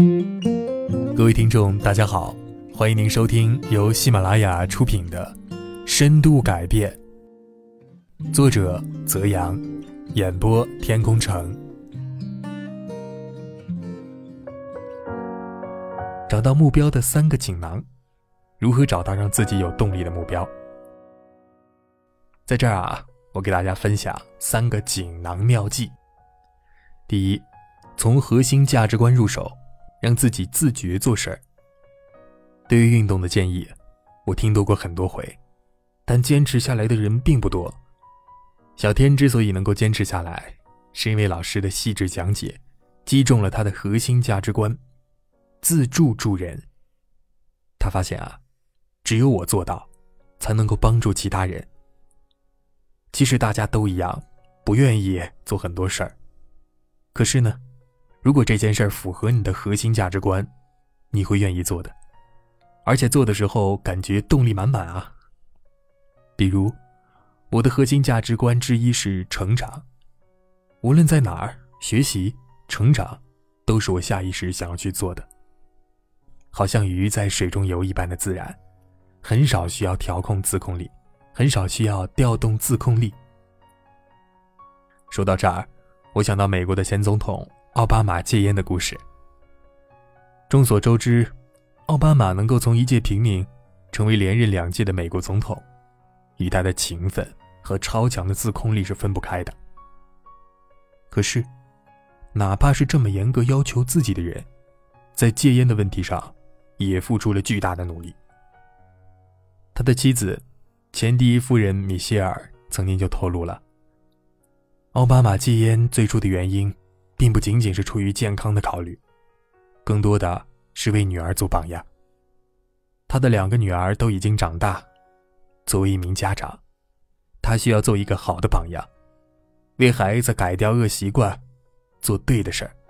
各位听众大家好，欢迎您收听由喜马拉雅出品的深度改变，作者泽阳，演播天空城。找到目标的3个锦囊，如何找到让自己有动力的目标。在这儿我给大家分享3个锦囊妙计。第一，从核心价值观入手，让自己自觉做事儿。对于运动的建议，我听到过很多回，但坚持下来的人并不多。小天之所以能够坚持下来，是因为老师的细致讲解击中了他的核心价值观，自助助人。他发现只有我做到，才能够帮助其他人。其实大家都一样，不愿意做很多事儿。可是呢，如果这件事儿符合你的核心价值观，你会愿意做的，而且做的时候感觉动力满满。比如，我的核心价值观之一是成长，无论在哪儿，学习、成长都是我下意识想要去做的。好像鱼在水中游一般的自然，很少需要调控自控力，很少需要调动自控力。说到这儿，我想到美国的前总统奥巴马戒烟的故事。众所周知，奥巴马能够从一介平民成为连任2届的美国总统，与他的勤奋和超强的自控力是分不开的。可是，哪怕是这么严格要求自己的人，在戒烟的问题上也付出了巨大的努力。他的妻子，前第一夫人米歇尔曾经就透露了，奥巴马戒烟最初的原因并不仅仅是出于健康的考虑，更多的是为女儿做榜样。他的2个女儿都已经长大，作为一名家长，他需要做一个好的榜样，为孩子改掉恶习惯，做对的事儿。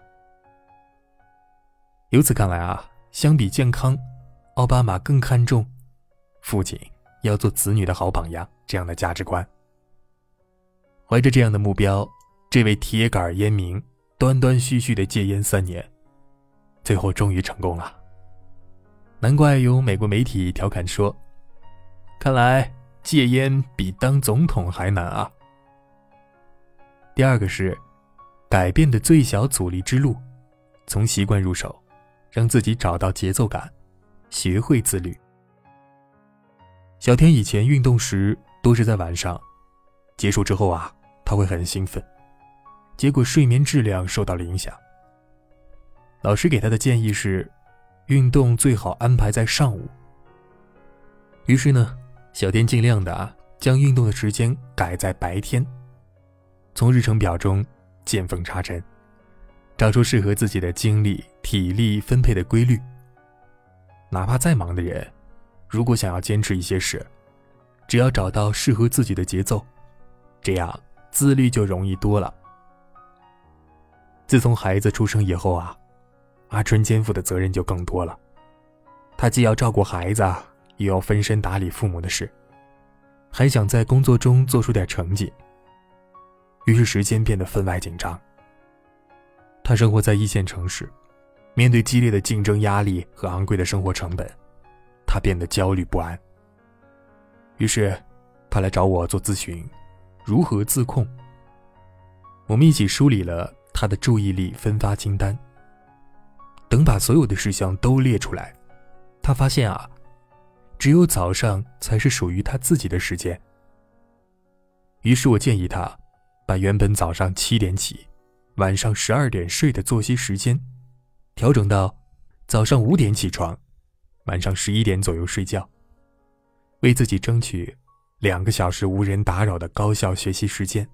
由此看来相比健康，奥巴马更看重父亲要做子女的好榜样这样的价值观。怀着这样的目标，这位铁杆烟民断断续续的戒烟3年，最后终于成功了。难怪有美国媒体调侃说，看来戒烟比当总统还难。第2个是改变的最小阻力之路，从习惯入手，让自己找到节奏感，学会自律。小天以前运动时都是在晚上，结束之后他会很兴奋，结果睡眠质量受到了影响。老师给他的建议是，运动最好安排在上午。于是呢，小天尽量的将运动的时间改在白天，从日程表中见缝插针，找出适合自己的精力、体力分配的规律。哪怕再忙的人，如果想要坚持一些事，只要找到适合自己的节奏，这样自律就容易多了。自从孩子出生以后阿春肩负的责任就更多了。他既要照顾孩子，又要分身打理父母的事，还想在工作中做出点成绩，于是时间变得分外紧张。他生活在1线城市，面对激烈的竞争压力和昂贵的生活成本，他变得焦虑不安。于是他来找我做咨询，如何自控。我们一起梳理了他的注意力分发清单。等把所有的事项都列出来，他发现只有早上才是属于他自己的时间。于是我建议他把原本早上7点起，晚上12点睡的作息时间调整到早上5点起床，晚上11点左右睡觉，为自己争取2个小时无人打扰的高效学习时间。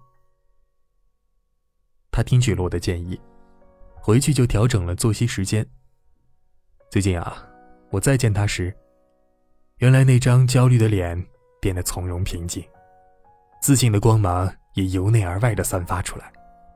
他听取了我的建议，回去就调整了作息时间。最近我再见他时，原来那张焦虑的脸变得从容平静，自信的光芒也由内而外地散发出来。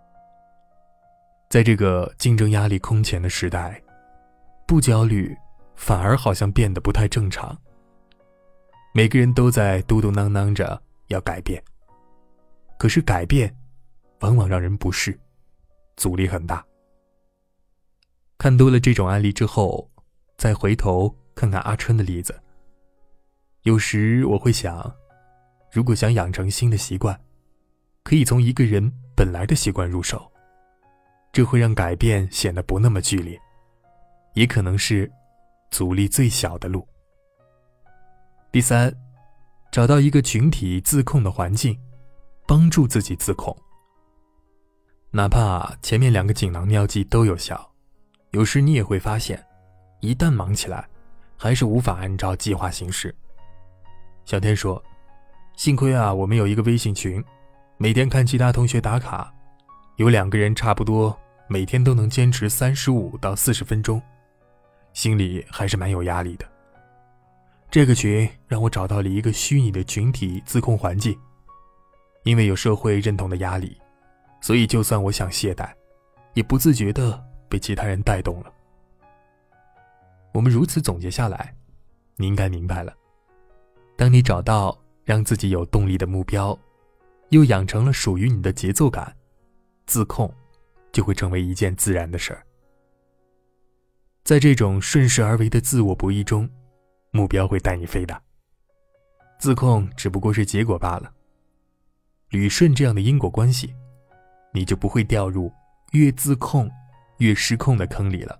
在这个竞争压力空前的时代，不焦虑反而好像变得不太正常。每个人都在嘟嘟囔囔着要改变，可是改变往往让人不适，阻力很大。 看多了这种案例之后，再回头看看阿春的例子，有时我会想，如果想养成新的习惯，可以从一个人本来的习惯入手，这会让改变显得不那么剧烈，也可能是阻力最小的路。第三，找到一个群体自控的环境，帮助自己自控。哪怕前面2个锦囊妙计都有效，有时你也会发现，一旦忙起来，还是无法按照计划行事。小天说，幸亏我们有一个微信群，每天看其他同学打卡，有2个人差不多每天都能坚持35到40分钟，心里还是蛮有压力的。这个群让我找到了一个虚拟的群体自控环境，因为有社会认同的压力，所以就算我想懈怠，也不自觉地被其他人带动了。我们如此总结下来，你应该明白了，当你找到让自己有动力的目标，又养成了属于你的节奏感，自控就会成为一件自然的事儿。在这种顺势而为的自我博弈中，目标会带你飞的，自控只不过是结果罢了。捋顺这样的因果关系，你就不会掉入越自控越失控的坑里了。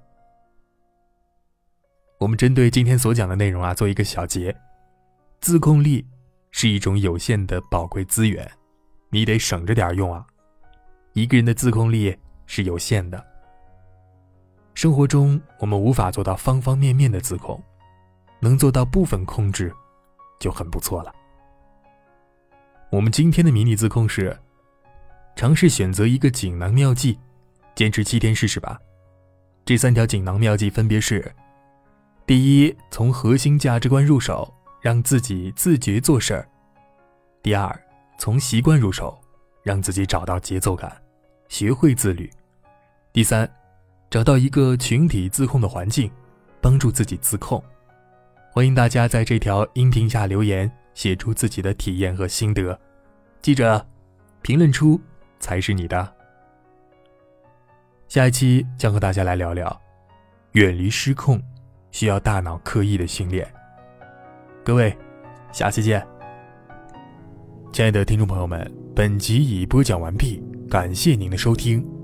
我们针对今天所讲的内容做一个小结。自控力是一种有限的宝贵资源，你得省着点用。一个人的自控力是有限的，生活中我们无法做到方方面面的自控，能做到部分控制就很不错了。我们今天的迷你自控是尝试选择一个锦囊妙计，坚持7天试试吧。这3条锦囊妙计分别是：第一，从核心价值观入手，让自己自觉做事儿；第二，从习惯入手，让自己找到节奏感，学会自律；第三，找到一个群体自控的环境，帮助自己自控。欢迎大家在这条音频下留言，写出自己的体验和心得，记着，评论出才是你的。下一期将和大家来聊聊，远离失控需要大脑刻意的训练。各位，下期见。亲爱的听众朋友们，本集已播讲完毕，感谢您的收听。